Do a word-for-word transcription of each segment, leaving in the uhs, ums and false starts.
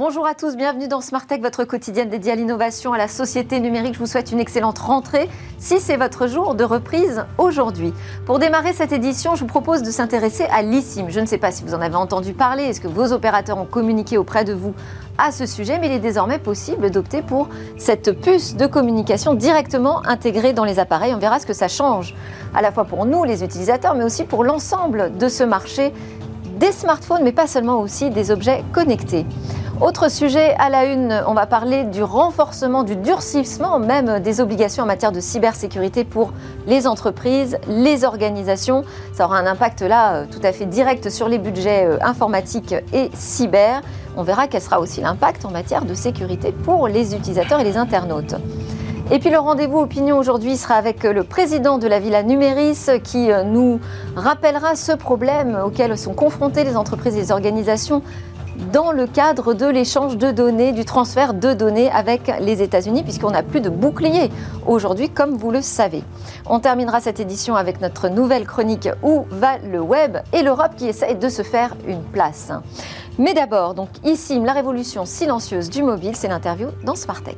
Bonjour à tous, bienvenue dans Smart Tech, votre quotidienne dédiée à l'innovation, à la société numérique. Je vous souhaite une excellente rentrée, si c'est votre jour de reprise aujourd'hui. Pour démarrer cette édition, je vous propose de s'intéresser à l'eSIM. Je ne sais pas si vous en avez entendu parler, est-ce que vos opérateurs ont communiqué auprès de vous à ce sujet, mais il est désormais possible d'opter pour cette puce de communication directement intégrée dans les appareils. On verra ce que ça change, à la fois pour nous, les utilisateurs, mais aussi pour l'ensemble de ce marché des smartphones, mais pas seulement, aussi des objets connectés. Autre sujet à la une, on va parler du renforcement, du durcissement même des obligations en matière de cybersécurité pour les entreprises, les organisations. Ça aura un impact là tout à fait direct sur les budgets informatiques et cyber. On verra quel sera aussi l'impact en matière de sécurité pour les utilisateurs et les internautes. Et puis le rendez-vous opinion aujourd'hui sera avec le président de la Villa Numéris qui nous rappellera ce problème auquel sont confrontées les entreprises et les organisations dans le cadre de l'échange de données, du transfert de données avec les États-Unis, puisqu'on n'a plus de bouclier aujourd'hui, comme vous le savez. On terminera cette édition avec notre nouvelle chronique « Où va le web ?» et l'Europe qui essaye de se faire une place. Mais d'abord, donc eSIM, la révolution silencieuse du mobile, c'est l'interview dans Smart Tech.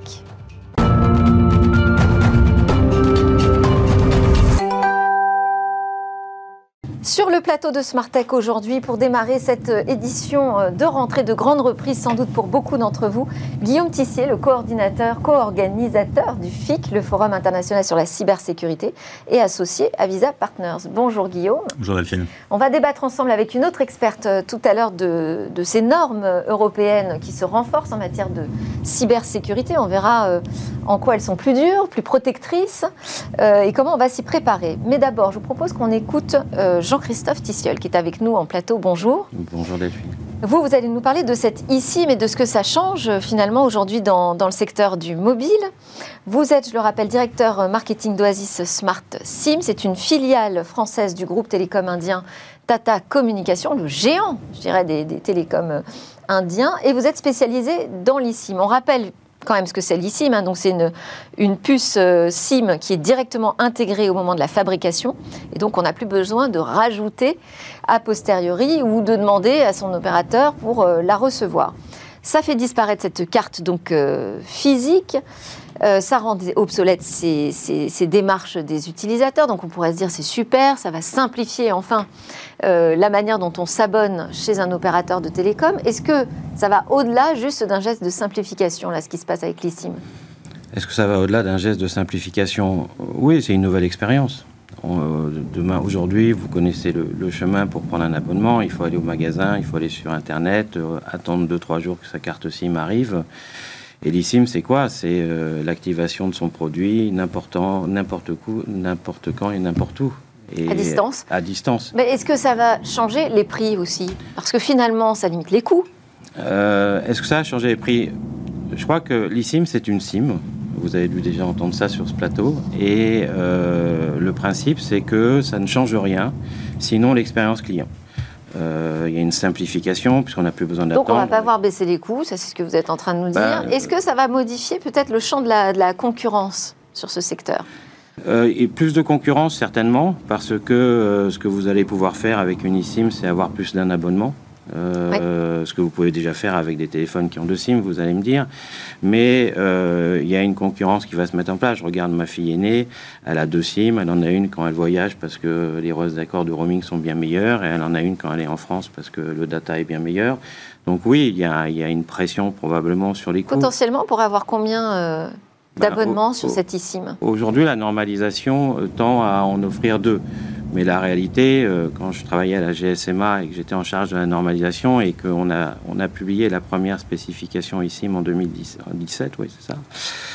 Sur le plateau de Smart Tech aujourd'hui, pour démarrer cette édition de rentrée de grande reprise, sans doute pour beaucoup d'entre vous, Guillaume Tissier, le coordinateur, co-organisateur du F I C, le Forum international sur la cybersécurité, et associé à Visa Partners. Bonjour Guillaume. Bonjour Delphine. On va débattre ensemble avec une autre experte tout à l'heure de, de ces normes européennes qui se renforcent en matière de cybersécurité. On verra euh, en quoi elles sont plus dures, plus protectrices euh, et comment on va s'y préparer. Mais d'abord, je vous propose qu'on écoute euh, Jean Jean-Christophe Tissiol qui est avec nous en plateau. Bonjour. Bonjour Delphine. Vous, vous allez nous parler de cette eSIM et de ce que ça change finalement aujourd'hui dans, dans le secteur du mobile. Vous êtes, je le rappelle, directeur marketing d'Oasis Smart SIM. C'est une filiale française du groupe télécom indien Tata Communications, le géant, je dirais, des, des télécoms indiens. Et vous êtes spécialisé dans l'eSIM. On rappelle quand même ce que c'est l'eSIM, hein. Donc c'est une, une puce euh, SIM qui est directement intégrée au moment de la fabrication, et donc on n'a plus besoin de rajouter a posteriori ou de demander à son opérateur pour euh, la recevoir. Ça fait disparaître cette carte donc euh, physique, euh, ça rend obsolète ces, ces, ces démarches des utilisateurs, donc on pourrait se dire c'est super, ça va simplifier enfin euh, la manière dont on s'abonne chez un opérateur de télécom. Est-ce que ça va au-delà juste d'un geste de simplification, là, ce qui se passe avec l'eSIM ? Est-ce que ça va au-delà d'un geste de simplification ? Oui, c'est une nouvelle expérience. On, demain, aujourd'hui, vous connaissez le, le chemin pour prendre un abonnement. Il faut aller au magasin, il faut aller sur Internet, euh, attendre deux trois jours que sa carte SIM arrive. Et l'eSIM, c'est quoi ? C'est euh, l'activation de son produit n'importe, n'importe, où, n'importe quand et n'importe où. Et à distance. À distance. Mais est-ce que ça va changer les prix aussi ? Parce que finalement, ça limite les coûts. Euh, est-ce que ça a changé les prix ? Je crois que l'eSIM, c'est une SIM. Vous avez dû déjà entendre ça sur ce plateau. Et euh, le principe, c'est que ça ne change rien, sinon l'expérience client. Euh, il y a une simplification, puisqu'on n'a plus besoin d'attendre. Donc on ne va pas voir baisser les coûts, ça c'est ce que vous êtes en train de nous dire. Ben, Est-ce que ça va modifier peut-être le champ de la, de la concurrence sur ce secteur ? Euh, et plus de concurrence, certainement, parce que euh, ce que vous allez pouvoir faire avec une eSIM, c'est avoir plus d'un abonnement. Euh, oui. Ce que vous pouvez déjà faire avec des téléphones qui ont deux SIM, vous allez me dire. Mais euh, il y a une concurrence qui va se mettre en place. Je regarde ma fille aînée, elle a deux SIM, elle en a une quand elle voyage parce que les accords de roaming sont bien meilleurs, et elle en a une quand elle est en France parce que le data est bien meilleur. Donc oui, il y a, il y a une pression probablement sur les coûts. Potentiellement, pour avoir combien euh, d'abonnements ben, au, sur au, cette eSIM ? Aujourd'hui, la normalisation tend à en offrir deux. Mais la réalité, euh, quand je travaillais à la G S M A et que j'étais en charge de la normalisation et qu'on a, on a publié la première spécification eSIM en deux mille dix-sept, oui, c'est ça.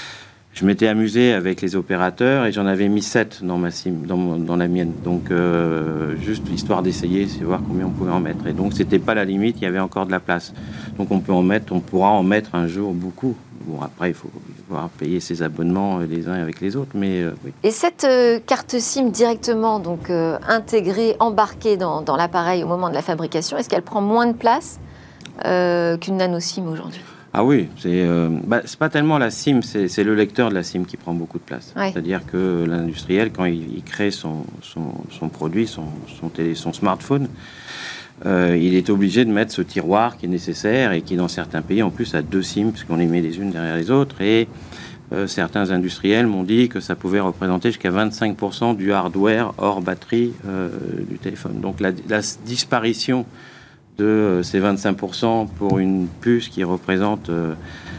Je m'étais amusé avec les opérateurs et j'en avais mis sept dans ma SIM, dans, dans la mienne. Donc, euh, juste histoire d'essayer, c'est voir combien on pouvait en mettre. Et donc, c'était pas la limite, il y avait encore de la place. Donc, on peut en mettre, on pourra en mettre un jour beaucoup. Bon, après, il faut pouvoir payer ses abonnements les uns avec les autres, mais euh, oui. Et cette euh, carte SIM directement donc, euh, intégrée, embarquée dans, dans l'appareil au moment de la fabrication, est-ce qu'elle prend moins de place euh, qu'une nano SIM aujourd'hui ? Ah oui, c'est euh, bah, c'est pas tellement la SIM, c'est, c'est le lecteur de la SIM qui prend beaucoup de place. Ouais. C'est-à-dire que l'industriel, quand il, il crée son, son, son produit, son, son, télé, son smartphone, euh, il est obligé de mettre ce tiroir qui est nécessaire et qui, dans certains pays, en plus, a deux SIM, puisqu'on les met les unes derrière les autres. Et euh, certains industriels m'ont dit que ça pouvait représenter jusqu'à vingt-cinq pour cent du hardware hors batterie euh, du téléphone. Donc la, la disparition de euh, ces vingt-cinq pour cent pour une puce qui représente euh,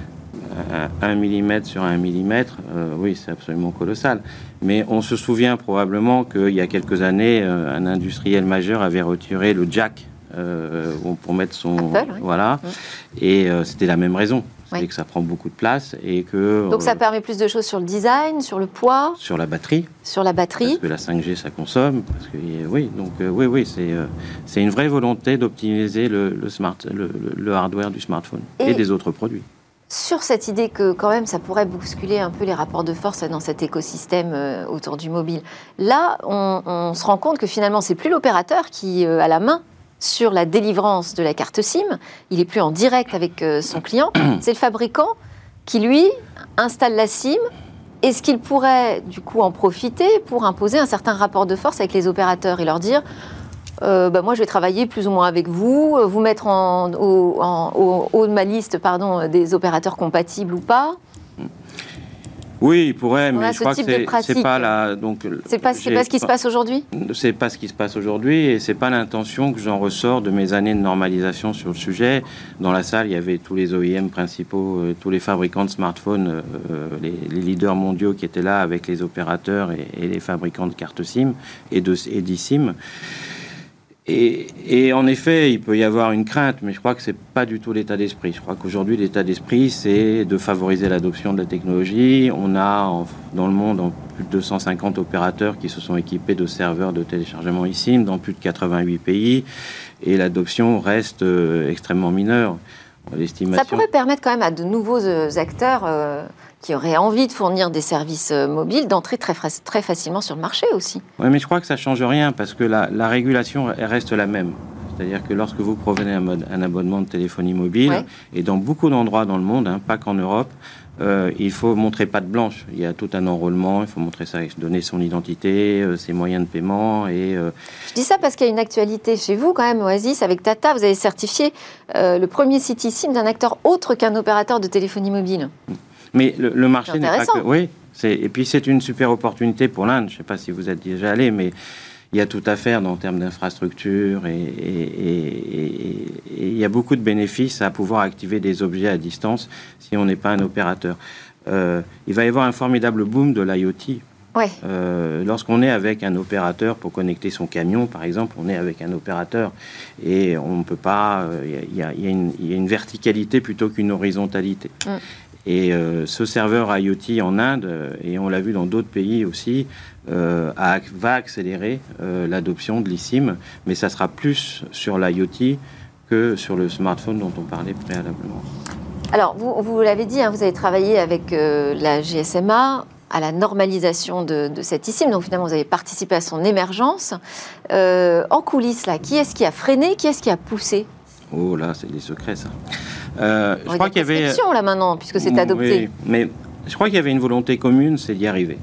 un millimètre sur un millimètre, euh, oui, c'est absolument colossal. Mais on se souvient probablement qu'il y a quelques années, euh, un industriel majeur avait retiré le jack euh, pour mettre son... Apple, oui. Voilà. Oui. Et euh, c'était la même raison. C'est oui. que ça prend beaucoup de place et que... Donc ça euh, permet plus de choses sur le design, sur le poids, sur la batterie. Sur la batterie. Parce que la cinq G, ça consomme. Parce que, oui, donc euh, oui, oui, c'est euh, c'est une vraie volonté d'optimiser le, le, smart, le, le hardware du smartphone et, et des autres produits. Sur cette idée que quand même ça pourrait bousculer un peu les rapports de force dans cet écosystème euh, autour du mobile, là on, on se rend compte que finalement c'est plus l'opérateur qui euh, a la main sur la délivrance de la carte SIM, il est plus en direct avec euh, son client, c'est le fabricant qui lui installe la SIM. Est-ce qu'il pourrait du coup en profiter pour imposer un certain rapport de force avec les opérateurs et leur dire Euh, bah moi, je vais travailler plus ou moins avec vous, vous mettre en, au, en, au haut de ma liste pardon, des opérateurs compatibles ou pas. Oui, il pourrait, On mais je crois que c'est pas la. Donc, c'est pas, c'est pas ce qui se passe aujourd'hui. C'est pas ce qui se passe aujourd'hui, et c'est pas l'intention que j'en ressors de mes années de normalisation sur le sujet. Dans la salle, il y avait tous les O E M principaux, euh, tous les fabricants de smartphones, euh, les, les leaders mondiaux qui étaient là avec les opérateurs et, et les fabricants de cartes SIM et de et d'eSIM. Et, et en effet, il peut y avoir une crainte, mais je crois que c'est pas du tout l'état d'esprit. Je crois qu'aujourd'hui, l'état d'esprit, c'est de favoriser l'adoption de la technologie. On a en, dans le monde en plus de deux cent cinquante opérateurs qui se sont équipés de serveurs de téléchargement eSIM dans plus de quatre-vingt-huit pays, et l'adoption reste euh, extrêmement mineure. Ça pourrait permettre quand même à de nouveaux euh, acteurs euh, qui auraient envie de fournir des services euh, mobiles d'entrer très, très facilement sur le marché aussi. Oui, mais je crois que ça ne change rien parce que la, la régulation elle reste la même. C'est-à-dire que lorsque vous prenez un, mode, un abonnement de téléphonie mobile, ouais. et dans beaucoup d'endroits dans le monde, hein, pas qu'en Europe, euh, il faut montrer patte blanche. Il y a tout un enrôlement, il faut montrer ça, donner son identité, euh, ses moyens de paiement. Et, euh... Je dis ça parce qu'il y a une actualité chez vous quand même, Oasis, avec Tata. Vous avez certifié euh, le premier site eSIM d'un acteur autre qu'un opérateur de téléphonie mobile. Mais le, le marché n'est pas que... Oui, et puis c'est une super opportunité pour l'Inde. Je ne sais pas si vous êtes déjà allé, mais... il y a tout à faire en termes d'infrastructure et, et, et, et, et il y a beaucoup de bénéfices à pouvoir activer des objets à distance si on n'est pas un opérateur. Euh, il va y avoir un formidable boom de l'IoT. Ouais. Euh, lorsqu'on est avec un opérateur pour connecter son camion, par exemple, on est avec un opérateur et on ne peut pas... Il y, y, y, y a une verticalité plutôt qu'une horizontalité. Mm. Et euh, ce serveur IoT en Inde, et on l'a vu dans d'autres pays aussi, euh, a, va accélérer euh, l'adoption de l'eSIM, mais ça sera plus sur l'IoT que sur le smartphone dont on parlait préalablement. Alors, vous, vous l'avez dit, hein, vous avez travaillé avec euh, la G S M A à la normalisation de, de cette eSIM, donc finalement vous avez participé à son émergence. Euh, en coulisses, là, qui est-ce qui a freiné, qui est-ce qui a poussé ? Oh là, c'est des secrets, ça. Euh, je crois qu'il y avait là maintenant puisque c'est adopté. Oui, mais je crois qu'il y avait une volonté commune, c'est d'y arriver.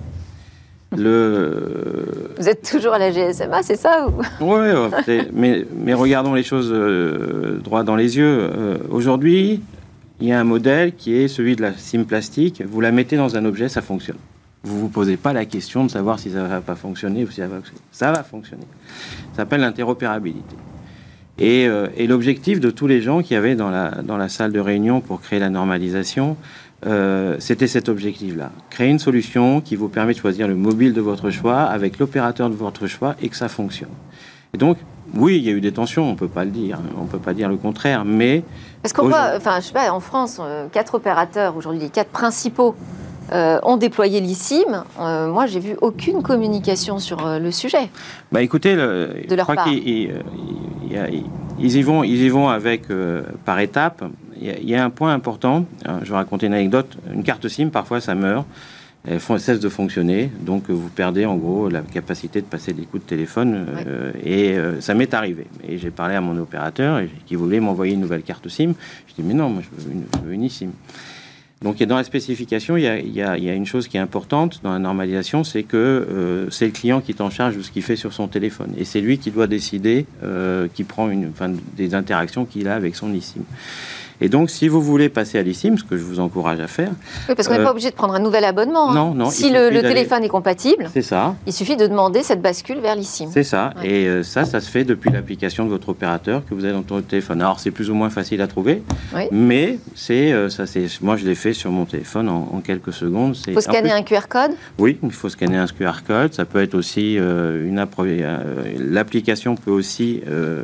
Le... Vous êtes toujours à la G S M A, c'est ça ou... Oui, mais, mais regardons les choses euh, droit dans les yeux. Euh, aujourd'hui, il y a un modèle qui est celui de la SIM plastique. Vous la mettez dans un objet, ça fonctionne. Vous ne vous posez pas la question de savoir si ça ne va pas fonctionner ou si ça va fonctionner. Ça va fonctionner. Ça s'appelle l'interopérabilité. Et, euh, et l'objectif de tous les gens qui avaient dans la, dans la salle de réunion pour créer la normalisation, euh, c'était cet objectif-là. Créer une solution qui vous permet de choisir le mobile de votre choix avec l'opérateur de votre choix et que ça fonctionne. Et donc, oui, il y a eu des tensions, on ne peut pas le dire, on ne peut pas dire le contraire, mais... Parce qu'on voit, enfin, je sais pas, en France, euh, quatre opérateurs, aujourd'hui, les quatre principaux, Euh, ont déployé l'eSIM. Euh, moi, j'ai vu aucune communication sur euh, le sujet. Bah, écoutez, le, de leur je crois part. qu'ils ils, ils, ils y vont, ils y vont avec euh, par étapes. Il y, a, il y a un point important. Alors, je vais raconter une anecdote. Une carte SIM, parfois, ça meurt. Elle cesse de fonctionner, donc vous perdez en gros la capacité de passer des coups de téléphone. Ouais. Euh, et euh, ça m'est arrivé. Et j'ai parlé à mon opérateur et, qui voulait m'envoyer une nouvelle carte SIM. Je dis mais non, moi je veux une, je veux une eSIM. Donc, dans la spécification, il y, a, il, y a, il y a une chose qui est importante dans la normalisation, c'est que euh, c'est le client qui est en charge de ce qu'il fait sur son téléphone. Et c'est lui qui doit décider, euh, qui prend une, enfin, des interactions qu'il a avec son eSIM. Et donc, si vous voulez passer à l'eSIM, ce que je vous encourage à faire... Oui, parce qu'on n'est euh, pas obligé de prendre un nouvel abonnement. Non, non. Si le, le téléphone est compatible, c'est ça. Il suffit de demander cette bascule vers l'eSIM. C'est ça. Ouais. Et euh, ça, ça se fait depuis l'application de votre opérateur que vous avez dans votre téléphone. Alors, c'est plus ou moins facile à trouver, oui. mais c'est, euh, ça, c'est, moi, je l'ai fait sur mon téléphone en, en quelques secondes. Il faut scanner plus, un Q R code ? Oui, il faut scanner un Q R code. Ça peut être aussi euh, une... Euh, l'application peut aussi euh,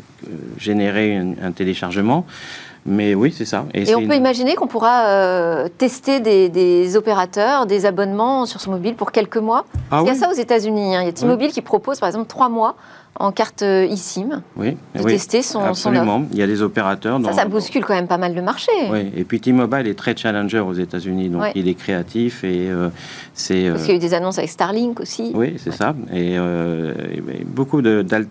générer un, un téléchargement. Mais oui, c'est ça. Et, Et on peut une... imaginer qu'on pourra euh, tester des, des opérateurs, des abonnements sur son mobile pour quelques mois. Ah, Il y a oui. ça aux États-Unis. Hein. Il y a T-Mobile oui. qui propose, par exemple, trois mois en carte eSIM oui, de oui, tester son, absolument. son offre. Il y a des opérateurs... Ça, dans... ça bouscule quand même pas mal le marché. Oui, et puis T-Mobile est très challenger aux États-Unis, donc oui. il est créatif et euh, c'est... Parce euh... qu'il y a eu des annonces avec Starlink aussi. Oui, c'est ouais. ça. Et, euh, et beaucoup de, de,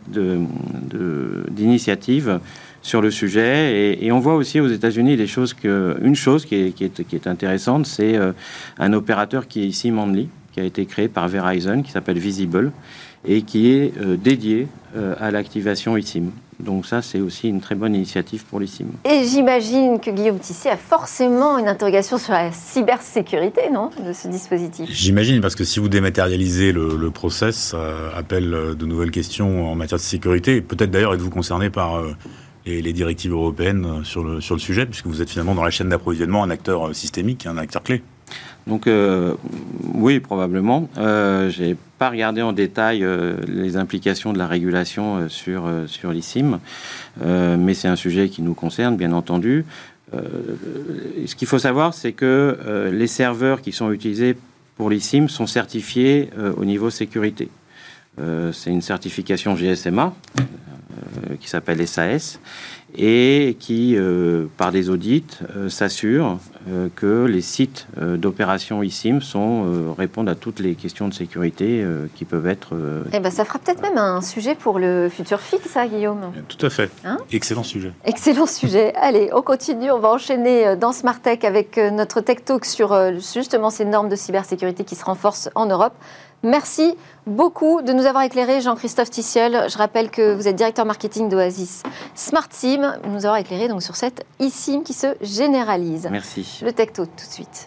de, d'initiatives sur le sujet, et, et on voit aussi aux États-Unis des choses que, une chose qui est, qui est, qui est intéressante, c'est euh, un opérateur qui est ici Manly, qui a été créé par Verizon, qui s'appelle Visible, et qui est euh, dédié euh, à l'activation eSIM. Donc ça, c'est aussi une très bonne initiative pour l'eSIM. Et j'imagine que Guillaume Tissier a forcément une interrogation sur la cybersécurité, non, de ce dispositif ? J'imagine, parce que si vous dématérialisez le, le process, ça appelle de nouvelles questions en matière de sécurité. Peut-être d'ailleurs êtes-vous concerné par... Euh, Et les directives européennes sur le, sur le sujet, puisque vous êtes finalement dans la chaîne d'approvisionnement un acteur systémique, un acteur clé. Donc euh, oui, probablement. Euh, je n'ai pas regardé en détail euh, les implications de la régulation euh, sur, euh, sur l'eSIM, euh, mais c'est un sujet qui nous concerne, bien entendu. Euh, ce qu'il faut savoir, c'est que euh, les serveurs qui sont utilisés pour l'eSIM sont certifiés euh, au niveau sécurité. Euh, c'est une certification G S M A euh, qui s'appelle S A S et qui, euh, par des audits, euh, s'assure euh, que les sites euh, d'opération eSIM sont, euh, répondent à toutes les questions de sécurité euh, qui peuvent être... Euh, eh ben, ça fera peut-être même un sujet pour le futur F I C, ça, Guillaume. Tout à fait. Hein ? Excellent sujet. Excellent sujet. Allez, on continue. On va enchaîner dans Smart Tech avec notre Tech Talk sur justement ces normes de cybersécurité qui se renforcent en Europe. Merci beaucoup de nous avoir éclairé, Jean-Christophe Tissiol. Je rappelle que vous êtes directeur marketing d'Oasis Smart SIM. Nous avoir éclairé donc sur cette eSIM qui se généralise. Merci. Le Tech Talk tout de suite.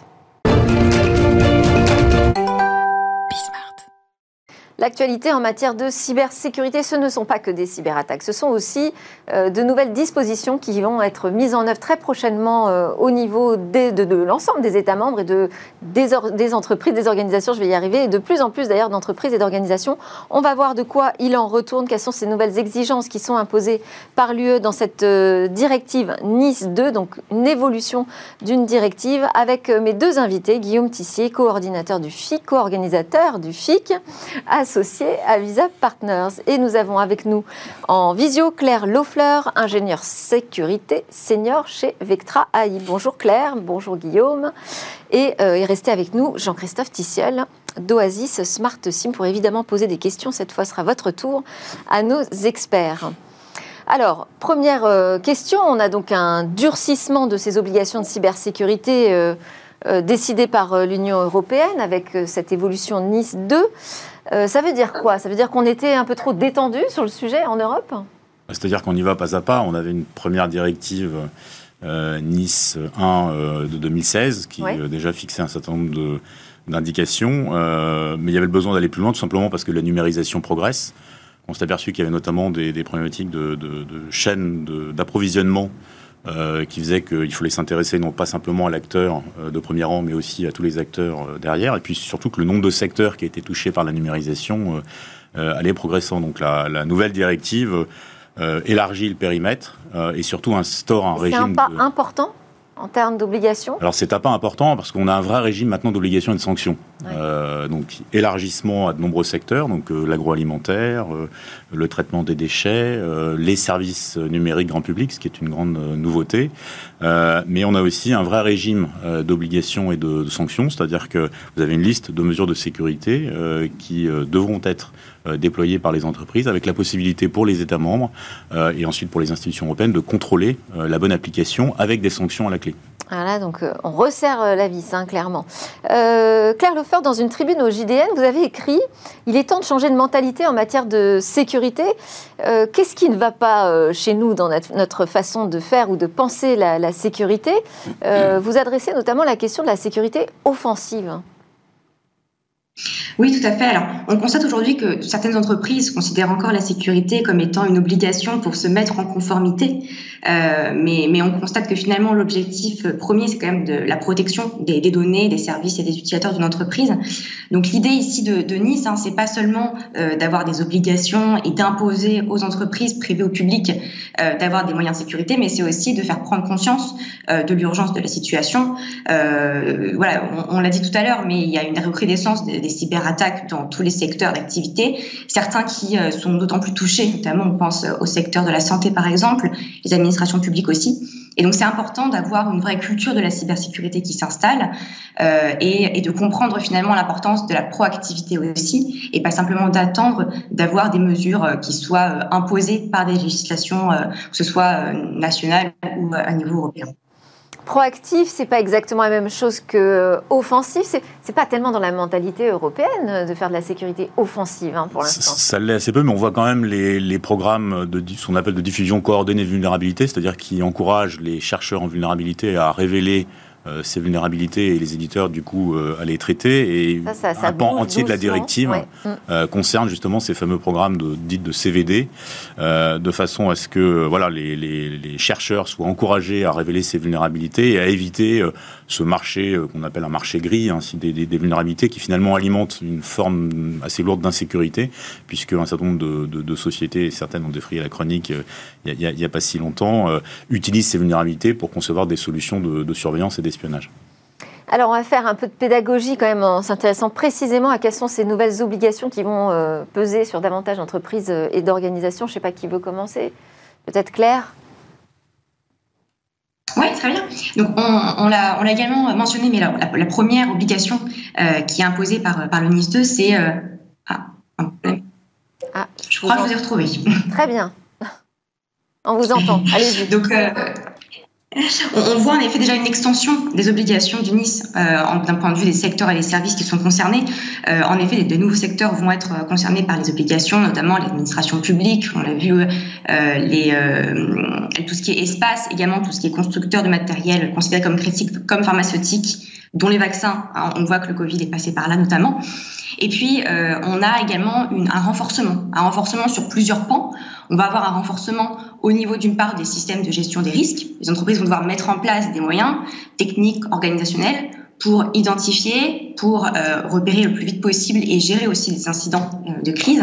L'actualité en matière de cybersécurité, ce ne sont pas que des cyberattaques, ce sont aussi euh, de nouvelles dispositions qui vont être mises en œuvre très prochainement euh, au niveau des, de, de l'ensemble des États membres et de, des, or, des entreprises, des organisations, je vais y arriver, et de plus en plus d'ailleurs d'entreprises et d'organisations. On va voir de quoi il en retourne, quelles sont ces nouvelles exigences qui sont imposées par l'U E dans cette euh, directive NIS deux, donc une évolution d'une directive, avec euh, mes deux invités, Guillaume Tissier, coordinateur du F I C, co-organisateur du F I C, à associé à Visa Partners. Et nous avons avec nous en visio Claire Loeffler, ingénieure sécurité senior chez Vectra A I. Bonjour Claire, bonjour Guillaume. Et euh, est resté avec nous Jean-Christophe Tissiol d'Oasis Smart SIM pour évidemment poser des questions. Cette fois sera votre tour à nos experts. Alors, première euh, question, on a donc un durcissement de ces obligations de cybersécurité euh, euh, décidées par euh, l'Union européenne avec euh, cette évolution NIS deux. Euh, ça veut dire quoi ? Ça veut dire qu'on était un peu trop détendu sur le sujet en Europe ? C'est-à-dire qu'on y va pas à pas. On avait une première directive euh, NIS un euh, de deux mille seize qui ouais. euh, déjà fixait un certain nombre de, d'indications, euh, mais il y avait le besoin d'aller plus loin tout simplement parce que la numérisation progresse. On s'est aperçu qu'il y avait notamment des, des problématiques de, de, de chaînes de, d'approvisionnement Euh, qui faisait qu'il fallait s'intéresser non pas simplement à l'acteur euh, de premier rang, mais aussi à tous les acteurs euh, derrière, et puis surtout que le nombre de secteurs qui a été touché par la numérisation euh, euh, allait progressant. Donc la, la nouvelle directive euh, élargit le périmètre euh, et surtout instaure un c'est régime... C'est un pas de... important en termes d'obligations ? Alors c'est un pas important parce qu'on a un vrai régime maintenant d'obligations et de sanctions. Ouais. Euh, donc élargissement à de nombreux secteurs, donc euh, l'agroalimentaire, euh, le traitement des déchets, euh, les services numériques grand public, ce qui est une grande euh, nouveauté. Euh, mais on a aussi un vrai régime euh, d'obligations et de, de sanctions, c'est-à-dire que vous avez une liste de mesures de sécurité euh, qui euh, devront être euh, déployées par les entreprises, avec la possibilité pour les États membres euh, et ensuite pour les institutions européennes de contrôler euh, la bonne application avec des sanctions à la clé. clé. Voilà, donc euh, on resserre euh, la vis, hein, clairement. Euh, Claire Lefort, dans une tribune au J D N, vous avez écrit « Il est temps de changer de mentalité en matière de sécurité euh, ». Qu'est-ce qui ne va pas euh, chez nous dans notre, notre façon de faire ou de penser la, la sécurité euh, Vous adressez notamment la question de la sécurité offensive. Oui, tout à fait. Alors, on constate aujourd'hui que certaines entreprises considèrent encore la sécurité comme étant une obligation pour se mettre en conformité. Euh, mais, mais on constate que finalement, l'objectif premier, c'est quand même de la protection des, des données, des services et des utilisateurs d'une entreprise. Donc, l'idée ici de, de Nice, hein, c'est pas seulement euh, d'avoir des obligations et d'imposer aux entreprises privées ou publiques euh, d'avoir des moyens de sécurité, mais c'est aussi de faire prendre conscience euh, de l'urgence de la situation. Euh, voilà, on, on l'a dit tout à l'heure, mais il y a une recrudescence des, des cyberattaques dans tous les secteurs d'activité. Certains qui euh, sont d'autant plus touchés, notamment on pense au secteur de la santé par exemple, les administrations publiques aussi. Et donc c'est important d'avoir une vraie culture de la cybersécurité qui s'installe euh, et, et de comprendre finalement l'importance de la proactivité aussi, et pas simplement d'attendre d'avoir des mesures qui soient euh, imposées par des législations, euh, que ce soit euh, nationales ou à niveau européen. Proactif, c'est pas exactement la même chose que offensif. C'est, c'est pas tellement dans la mentalité européenne de faire de la sécurité offensive hein, pour l'instant. Ça, ça l'est assez peu, mais on voit quand même les, les programmes de ce qu'on appelle de diffusion coordonnée de vulnérabilité, c'est-à-dire qui encouragent les chercheurs en vulnérabilité à révéler euh, ces vulnérabilités et les éditeurs du coup euh, à les traiter. Et ça, ça, ça un pan entier doucement. De la directive ouais. euh, concerne justement ces fameux programmes de, dits de C V D, euh, de façon à ce que voilà les, les, les chercheurs soient encouragés à révéler ces vulnérabilités et à éviter euh, ce marché euh, qu'on appelle un marché gris, hein, des, des, des vulnérabilités qui finalement alimentent une forme assez lourde d'insécurité, puisque un certain nombre de, de, de sociétés, et certaines ont défrayé la chronique il euh, n'y a, a, a pas si longtemps, euh, utilisent ces vulnérabilités pour concevoir des solutions de, de surveillance et d'espionnage. Alors, on va faire un peu de pédagogie quand même en s'intéressant précisément à quelles sont ces nouvelles obligations qui vont euh, peser sur davantage d'entreprises et d'organisations. Je ne sais pas qui veut commencer. Peut-être Claire ? Oui, très bien. Donc, on, on, l'a, on l'a également mentionné, mais la, la, la première obligation euh, qui est imposée par, par le NIS deux, c'est... Euh... Ah, un problème. Ah, je crois que je vous ai retrouvé. Très bien. On vous entend. Allez-y. Donc... Euh, On voit en effet déjà une extension des obligations du NIS euh, d'un point de vue des secteurs et des services qui sont concernés. Euh, en effet, de nouveaux secteurs vont être concernés par les obligations, notamment l'administration publique, on l'a vu, euh, les, euh, tout ce qui est espace, également tout ce qui est constructeur de matériel considéré comme critique, comme pharmaceutique, dont les vaccins. Hein, on voit que le Covid est passé par là notamment. Et puis, euh, on a également une, un renforcement, un renforcement sur plusieurs pans. On va avoir un renforcement au niveau d'une part des systèmes de gestion des risques. Les entreprises vont devoir mettre en place des moyens techniques, organisationnels pour identifier, pour euh, repérer le plus vite possible et gérer aussi les incidents euh, de crise.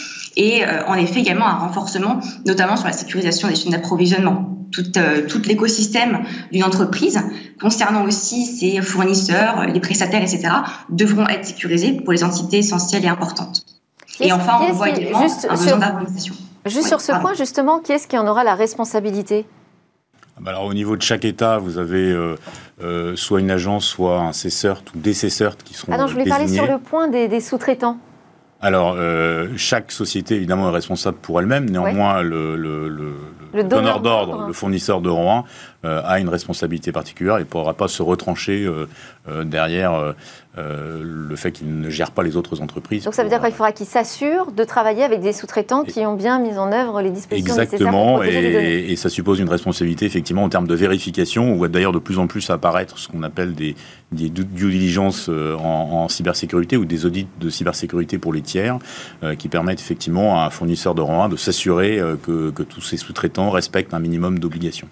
Et euh, en effet également un renforcement, notamment sur la sécurisation des chaînes d'approvisionnement. Tout, euh, tout l'écosystème d'une entreprise, concernant aussi ses fournisseurs, les prestataires, et cetera, devront être sécurisés pour les entités essentielles et importantes. Qui et enfin, on qui voit également juste un sur, besoin d'harmonisation. Juste oui, sur ce pardon. point, justement, qui est-ce qui en aura la responsabilité ? Alors, au niveau de chaque État, vous avez euh, euh, soit une agence, soit un C S E R T ou des C S E R T qui seront Ah non, je voulais désignés. parler sur le point des, des sous-traitants. Alors, euh, chaque société, évidemment, est responsable pour elle-même. Néanmoins, ouais. le, le, le, le donneur donneur d'ordre, d'ordre. le fournisseur de rang un, euh, a une responsabilité particulière. Il ne pourra pas se retrancher euh, euh, derrière euh, euh, le fait qu'il ne gère pas les autres entreprises. Donc, ça veut dire qu'il faudra qu'il s'assure de travailler avec des sous-traitants et qui ont bien mis en œuvre les dispositions nécessaires pour protéger les données. Exactement, et ça suppose une responsabilité, effectivement, en termes de vérification. On voit d'ailleurs de plus en plus apparaître ce qu'on appelle des, des due diligence en, en cybersécurité ou des audits de cybersécurité pour les tiers, euh, qui permettent effectivement à un fournisseur de rang un de s'assurer euh, que, que tous ses sous-traitants respectent un minimum d'obligations.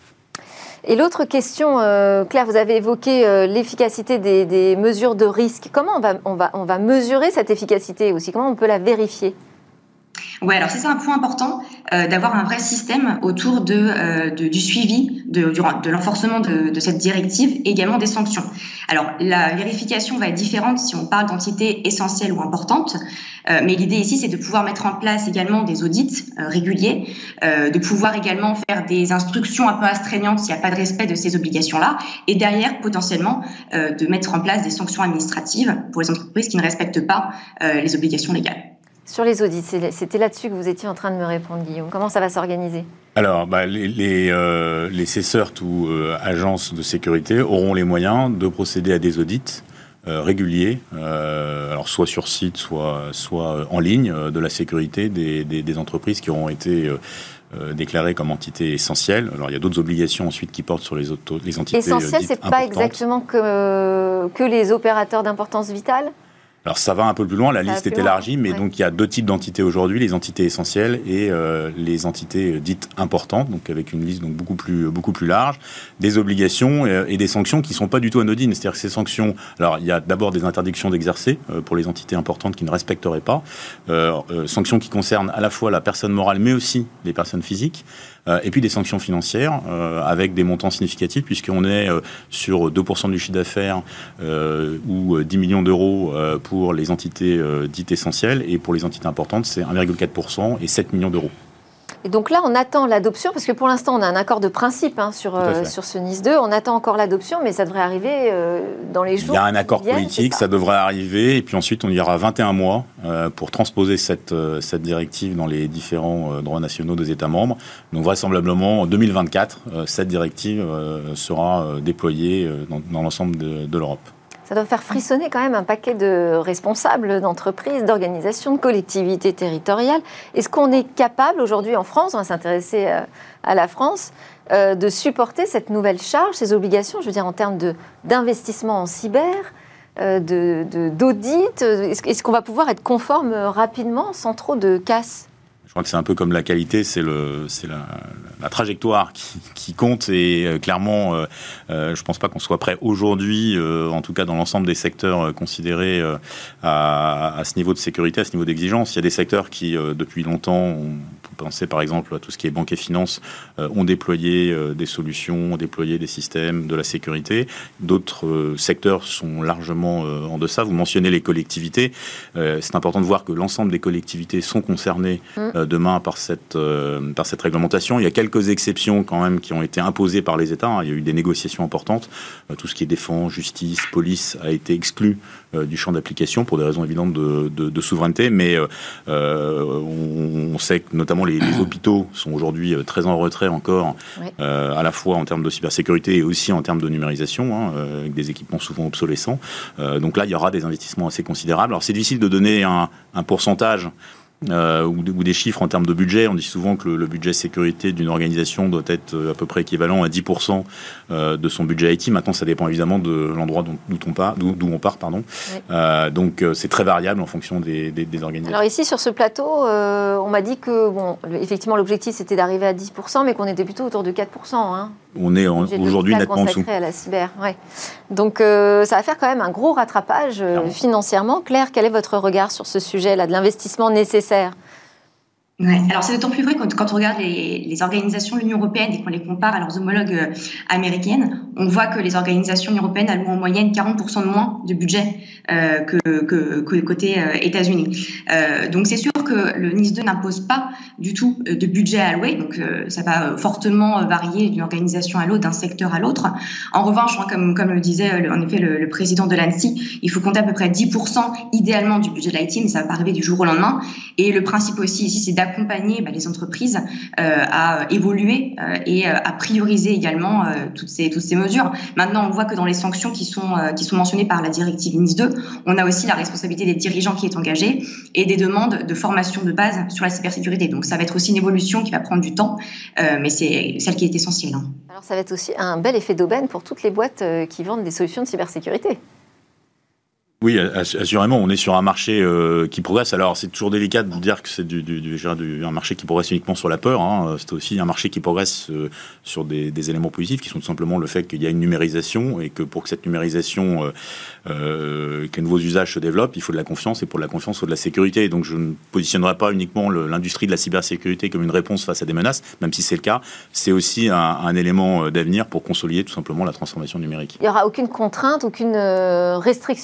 Et l'autre question, euh, Claire, vous avez évoqué euh, l'efficacité des, des mesures de risque. Comment on va, on, va, on va mesurer cette efficacité aussi ? Comment on peut la vérifier ? Oui, alors c'est un point important euh, d'avoir un vrai système autour de, euh, de, du suivi, de, du, de l'enforcement de, de cette directive et également des sanctions. Alors, la vérification va être différente si on parle d'entités essentielles ou importantes, euh, mais l'idée ici, c'est de pouvoir mettre en place également des audits euh, réguliers, euh, de pouvoir également faire des instructions un peu astreignantes s'il n'y a pas de respect de ces obligations-là, et derrière, potentiellement, euh, de mettre en place des sanctions administratives pour les entreprises qui ne respectent pas euh, les obligations légales. Sur les audits, c'était là-dessus que vous étiez en train de me répondre, Guillaume. Comment ça va s'organiser ? Alors, bah, les, les, euh, les C C E R T ou euh, agences de sécurité auront les moyens de procéder à des audits euh, réguliers, euh, alors soit sur site, soit, soit en ligne, euh, de la sécurité des, des, des entreprises qui auront été euh, euh, déclarées comme entités essentielles. Alors, il y a d'autres obligations ensuite qui portent sur les, auto, les entités essentielles, dites c'est pas exactement que, que les opérateurs d'importance vitale ? Alors ça va un peu plus loin, la ça liste est loin. élargie, mais ouais. donc il y a deux types d'entités aujourd'hui, les entités essentielles et euh, les entités dites importantes, donc avec une liste donc beaucoup plus beaucoup plus large, des obligations et, et des sanctions qui ne sont pas du tout anodines. C'est-à-dire que ces sanctions, alors il y a d'abord des interdictions d'exercer euh, pour les entités importantes qui ne respecteraient pas, euh, euh, sanctions qui concernent à la fois la personne morale mais aussi les personnes physiques. Euh, et puis des sanctions financières euh, avec des montants significatifs puisqu'on est euh, sur deux pour cent du chiffre d'affaires euh, ou dix millions d'euros euh, pour les entités euh, dites essentielles et pour les entités importantes c'est un virgule quatre pour cent et sept millions d'euros. Et donc là, on attend l'adoption, parce que pour l'instant, on a un accord de principe hein, sur, euh, sur ce NIS deux. On attend encore l'adoption, mais ça devrait arriver euh, dans les jours. Il y a un accord viennent, politique, ça. ça devrait arriver. Et puis ensuite, on y aura vingt et un mois euh, pour transposer cette, euh, cette directive dans les différents euh, droits nationaux des États membres. Donc vraisemblablement, en deux mille vingt-quatre, euh, cette directive euh, sera euh, déployée euh, dans, dans l'ensemble de, de l'Europe. Ça doit faire frissonner quand même un paquet de responsables d'entreprises, d'organisations, de collectivités territoriales. Est-ce qu'on est capable aujourd'hui en France, on va s'intéresser à la France, euh, de supporter cette nouvelle charge, ces obligations, je veux dire en termes de, d'investissement en cyber, euh, de, de, d'audit, est-ce, est-ce qu'on va pouvoir être conforme rapidement sans trop de casse ? Je crois que c'est un peu comme la qualité, c'est, le, c'est la, la trajectoire qui, qui compte et euh, clairement, euh, euh, je ne pense pas qu'on soit prêt aujourd'hui, euh, en tout cas dans l'ensemble des secteurs euh, considérés euh, à, à ce niveau de sécurité, à ce niveau d'exigence. Il y a des secteurs qui, euh, depuis longtemps, on peut penser par exemple à tout ce qui est banque et finance, euh, ont déployé euh, des solutions, ont déployé des systèmes de la sécurité. D'autres euh, secteurs sont largement euh, en deçà. Vous mentionnez les collectivités. Euh, c'est important de voir que l'ensemble des collectivités sont concernées euh, demain par cette, euh, par cette réglementation. Il y a quelques exceptions quand même qui ont été imposées par les États. Il y a eu des négociations importantes. Euh, tout ce qui est défense, justice, police a été exclu euh, du champ d'application pour des raisons évidentes de, de, de souveraineté. Mais euh, on, on sait que notamment les, les hôpitaux sont aujourd'hui très en retrait encore, oui. euh, à la fois en termes de cybersécurité et aussi en termes de numérisation, hein, euh, avec des équipements souvent obsolescents. Euh, donc là, il y aura des investissements assez considérables. Alors c'est difficile de donner un, un pourcentage Euh, ou, ou des chiffres en termes de budget. On dit souvent que le, le budget sécurité d'une organisation doit être à peu près équivalent à dix pour cent euh, de son budget I T. Maintenant, ça dépend évidemment de l'endroit d'où, d'où on part, d'où, d'où on part pardon. Oui. Euh, donc, euh, c'est très variable en fonction des, des, des organisations. Alors ici, sur ce plateau, euh, on m'a dit que, bon, effectivement, l'objectif, c'était d'arriver à dix pour cent, mais qu'on était plutôt autour de quatre pour cent. Hein. On est en, aujourd'hui nettement en dessous. À la cyber, ouais. Donc, euh, ça va faire quand même un gros rattrapage euh, financièrement. Claire, quel est votre regard sur ce sujet-là, de l'investissement nécessaire ? Ouais. Alors c'est d'autant plus vrai quand, quand on regarde les, les organisations de l'Union européenne et qu'on les compare à leurs homologues euh, américaines, on voit que les organisations européennes allouent en moyenne quarante pour cent de moins de budget euh, que, que, que côté euh, États-Unis. Euh, donc c'est sûr que le NIS deux n'impose pas du tout de budget à allouer, donc euh, ça va fortement varier d'une organisation à l'autre, d'un secteur à l'autre. En revanche, hein, comme, comme le disait le, en effet le, le président de l'ANSSI, il faut compter à peu près dix pour cent idéalement du budget de l'I T, mais ça va pas arriver du jour au lendemain. Et le principe aussi ici, c'est d'accompagner bah, les entreprises euh, à évoluer euh, et euh, à prioriser également euh, toutes ces toutes ces mesures. Maintenant, on voit que dans les sanctions qui sont euh, qui sont mentionnées par la directive NIS deux, on a aussi la responsabilité des dirigeants qui est engagée et des demandes de formation de base sur la cybersécurité. Donc, ça va être aussi une évolution qui va prendre du temps, euh, mais c'est celle qui est essentielle. Hein. Alors, ça va être aussi un bel effet d'aubaine pour toutes les boîtes euh, qui vendent des solutions de cybersécurité. Oui, assurément, on est sur un marché euh, qui progresse. Alors, c'est toujours délicat de dire que c'est du, du, du, du, un marché qui progresse uniquement sur la peur. Hein. C'est aussi un marché qui progresse euh, sur des, des éléments positifs qui sont tout simplement le fait qu'il y a une numérisation et que pour que cette numérisation, euh, euh, que les nouveaux usages se développent, il faut de la confiance et pour de la confiance, il faut de la sécurité. Donc, je ne positionnerai pas uniquement le, l'industrie de la cybersécurité comme une réponse face à des menaces, même si c'est le cas. C'est aussi un, un élément d'avenir pour consolider tout simplement la transformation numérique. Il n'y aura aucune contrainte, aucune restriction quant aux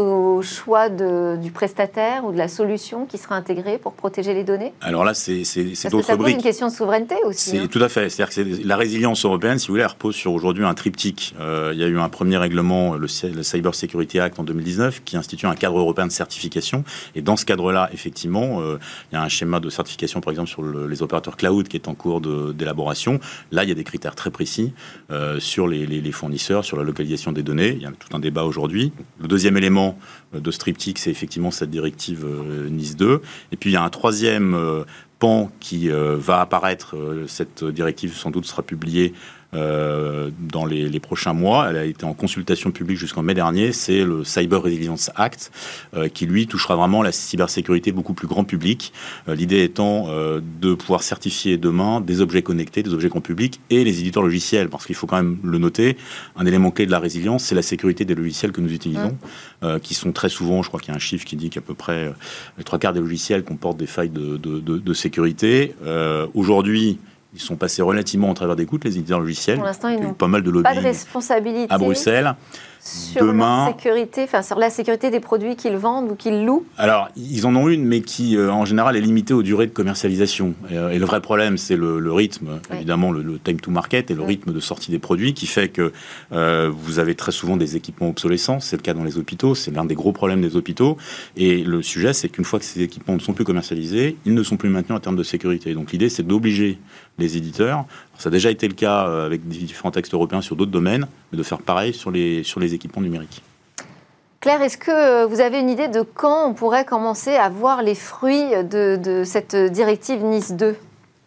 au choix de, du prestataire ou de la solution qui sera intégrée pour protéger les données? Alors là, c'est, c'est, c'est d'autres briques. Parce que ça pose une question de souveraineté aussi. C'est, hein. Tout à fait. C'est-à-dire que c'est, la résilience européenne, si vous voulez, elle repose sur aujourd'hui un triptyque. Euh, il y a eu un premier règlement, le, le Cyber Security Act en deux mille dix-neuf, qui institue un cadre européen de certification. Et dans ce cadre-là, effectivement, euh, il y a un schéma de certification, par exemple, sur le, les opérateurs cloud qui est en cours de, d'élaboration. Là, il y a des critères très précis euh, sur les, les, les fournisseurs, sur la localisation des données. Il y a tout un débat aujourd'hui. Le deuxième élément de ce triptyque, c'est effectivement cette directive euh, NIS deux. Et puis, il y a un troisième euh, pan qui euh, va apparaître. Euh, cette directive, sans doute, sera publiée Euh, dans les, les prochains mois. Elle a été en consultation publique jusqu'en mai dernier. C'est le Cyber Resilience Act euh, qui, lui, touchera vraiment la cybersécurité beaucoup plus grand public. Euh, l'idée étant euh, de pouvoir certifier demain des objets connectés, des objets grand public et les éditeurs logiciels. Parce qu'il faut quand même le noter, un élément clé de la résilience, c'est la sécurité des logiciels que nous utilisons, mmh. euh, qui sont très souvent, je crois qu'il y a un chiffre qui dit qu'à peu près euh, les trois quarts des logiciels comportent des failles de, de, de, de sécurité. Euh, aujourd'hui, ils sont passés relativement en travers des gouttes, les éditeurs logiciels. Pour l'instant, ils n'ont pas mal de lobbying pas de responsabilité à Bruxelles. Sur, Demain, leur sécurité, enfin, sur la sécurité des produits qu'ils vendent ou qu'ils louent. Alors, ils en ont une, mais qui, euh, en général, est limitée aux durées de commercialisation. Et, euh, et le vrai problème, c'est le, le rythme, oui. évidemment, le, le time to market et le oui. rythme de sortie des produits, qui fait que euh, vous avez très souvent des équipements obsolescents. C'est le cas dans les hôpitaux. C'est l'un des gros problèmes des hôpitaux. Et le sujet, c'est qu'une fois que ces équipements ne sont plus commercialisés, ils ne sont plus maintenus en termes de sécurité. Donc, l'idée, c'est d'obliger les éditeurs. Alors, ça a déjà été le cas avec différents textes européens sur d'autres domaines, mais de faire pareil sur les, sur les équipements numériques. Claire, est-ce que vous avez une idée de quand on pourrait commencer à voir les fruits de, de cette directive NIS deux ?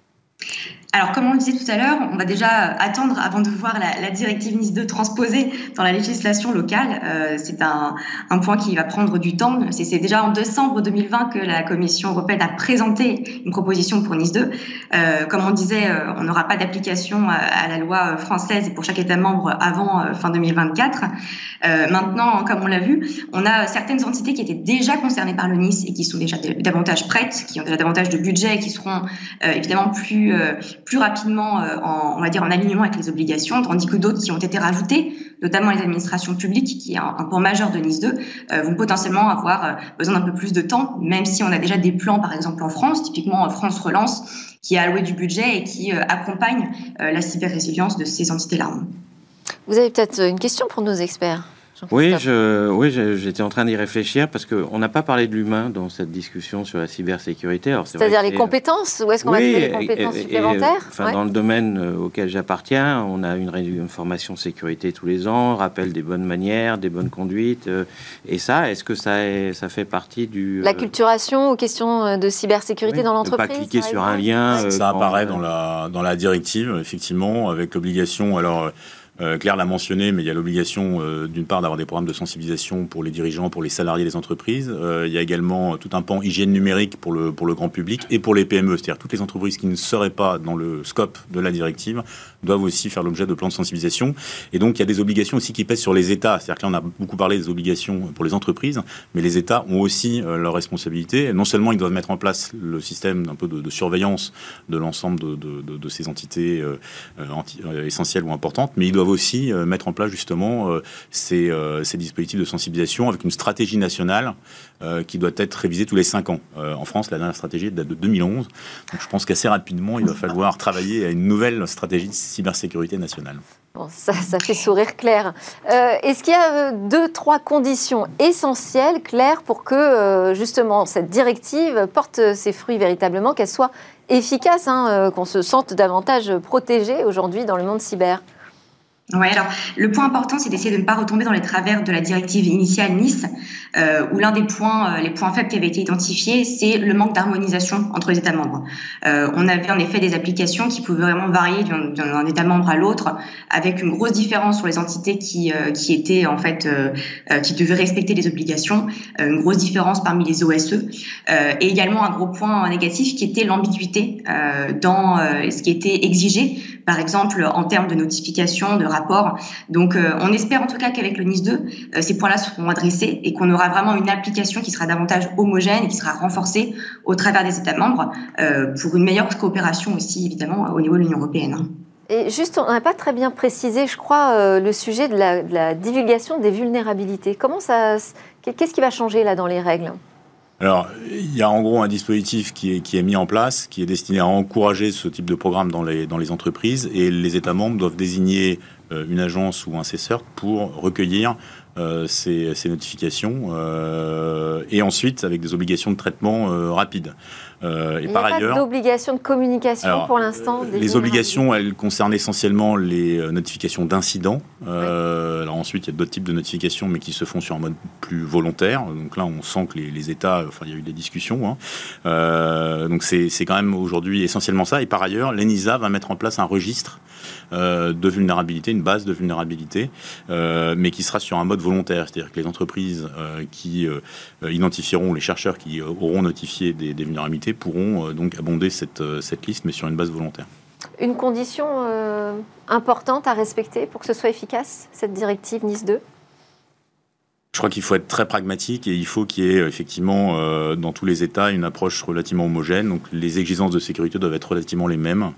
Alors, comme on le disait tout à l'heure, on va déjà attendre avant de voir la, la directive NIS deux transposée dans la législation locale. Euh, c'est un, un point qui va prendre du temps. C'est, c'est déjà en décembre deux mille vingt que la Commission européenne a présenté une proposition pour NIS deux. Euh, comme on disait, euh, on n'aura pas d'application à, à la loi française pour chaque État membre avant euh, fin deux mille vingt-quatre. Euh, maintenant, comme on l'a vu, on a certaines entités qui étaient déjà concernées par le NIS et qui sont déjà davantage prêtes, qui ont déjà davantage de budget et qui seront euh, évidemment plus euh, plus rapidement euh, en, on va dire en alignement avec les obligations, tandis que d'autres qui ont été rajoutées, notamment les administrations publiques, qui est un, un point majeur de NIS deux, euh, vont potentiellement avoir euh, besoin d'un peu plus de temps, même si on a déjà des plans, par exemple en France, typiquement France Relance, qui a alloué du budget et qui euh, accompagne euh, la cyber-résilience de ces entités-là. Vous avez peut-être une question pour nos experts ? Oui, je, oui je, j'étais en train d'y réfléchir parce qu'on n'a pas parlé de l'humain dans cette discussion sur la cybersécurité. Alors, c'est C'est-à-dire vrai les compétences ? Où est-ce qu'on oui, va trouver les compétences et, et, supplémentaires et, enfin, ouais. Dans le domaine auquel j'appartiens, on a une, une formation sécurité tous les ans, rappel des bonnes manières, des bonnes conduites. Euh, et ça, est-ce que ça, est, ça fait partie du... L'acculturation aux questions de cybersécurité oui, dans l'entreprise ? Ne pas cliquer sur un lien. Euh, ça apparaît dans la, dans la directive, effectivement, avec l'obligation... alors. Euh, Claire l'a mentionné, mais il y a l'obligation, euh, d'une part, d'avoir des programmes de sensibilisation pour les dirigeants, pour les salariés des entreprises. Euh, il y a également tout un pan hygiène numérique pour le, pour le grand public et pour les P M E. C'est-à-dire toutes les entreprises qui ne seraient pas dans le scope de la directive doivent aussi faire l'objet de plans de sensibilisation. Et donc, il y a des obligations aussi qui pèsent sur les États. C'est-à-dire que là, on a beaucoup parlé des obligations pour les entreprises, mais les États ont aussi euh, leurs responsabilités. Non seulement ils doivent mettre en place le système d'un peu de, de surveillance de l'ensemble de, de, de, de ces entités euh, anti, euh, essentielles ou importantes, mais ils doivent aussi euh, mettre en place justement euh, ces, euh, ces dispositifs de sensibilisation avec une stratégie nationale euh, qui doit être révisée tous les cinq ans. Euh, en France, la dernière stratégie date de deux mille onze. Donc je pense qu'assez rapidement, il va falloir travailler à une nouvelle stratégie de cybersécurité nationale. Bon, ça, ça fait sourire Claire. Euh, est-ce qu'il y a euh, deux, trois conditions essentielles, Claire, pour que euh, justement cette directive porte ses fruits véritablement, qu'elle soit efficace, hein, euh, qu'on se sente davantage protégé aujourd'hui dans le monde cyber ? Oui, alors le point important, c'est d'essayer de ne pas retomber dans les travers de la directive initiale NIS, euh, où l'un des points, euh, les points faibles qui avaient été identifiés, c'est le manque d'harmonisation entre les États membres. Euh, on avait en effet des applications qui pouvaient vraiment varier d'un, d'un État membre à l'autre, avec une grosse différence sur les entités qui, euh, qui étaient en fait, euh, euh, qui devaient respecter les obligations, euh, une grosse différence parmi les O S E, euh, et également un gros point négatif qui était l'ambiguïté euh, dans euh, ce qui était exigé, par exemple en termes de notification, de rapport. Donc, euh, on espère en tout cas qu'avec le NIS deux, euh, ces points-là seront adressés et qu'on aura vraiment une application qui sera davantage homogène et qui sera renforcée au travers des États membres euh, pour une meilleure coopération aussi, évidemment, au niveau de l'Union européenne. Et juste, on n'a pas très bien précisé, je crois, euh, le sujet de la, de la divulgation des vulnérabilités. Comment ça, qu'est-ce qui va changer là dans les règles ? Alors, il y a en gros un dispositif qui est, qui est mis en place, qui est destiné à encourager ce type de programme dans les, dans les entreprises, et les États membres doivent désigner euh, une agence ou un C E C E R T pour recueillir euh, ces, ces notifications, euh, et ensuite avec des obligations de traitement euh, rapides. Euh, et Il par n'y a ailleurs, pas d'obligation de communication alors, pour l'instant. Des les obligations, elles concernent essentiellement les euh, notifications d'incidents. Euh, ouais. Alors ensuite, il y a d'autres types de notifications, mais qui se font sur un mode plus volontaire. Donc là, on sent que les, les États, enfin, il y a eu des discussions. Hein. Euh, donc c'est, c'est quand même aujourd'hui essentiellement ça. Et par ailleurs, l'ENISA va mettre en place un registre euh, de vulnérabilité, une base de vulnérabilité, euh, mais qui sera sur un mode volontaire. C'est-à-dire que les entreprises euh, qui euh, identifieront, les chercheurs qui euh, auront notifié des, des vulnérabilités pourront euh, donc abonder cette, euh, cette liste, mais sur une base volontaire. Une condition euh, importante à respecter pour que ce soit efficace, cette directive NIS deux ? Je crois qu'il faut être très pragmatique et il faut qu'il y ait effectivement euh, dans tous les États une approche relativement homogène. Donc les exigences de sécurité doivent être relativement les mêmes.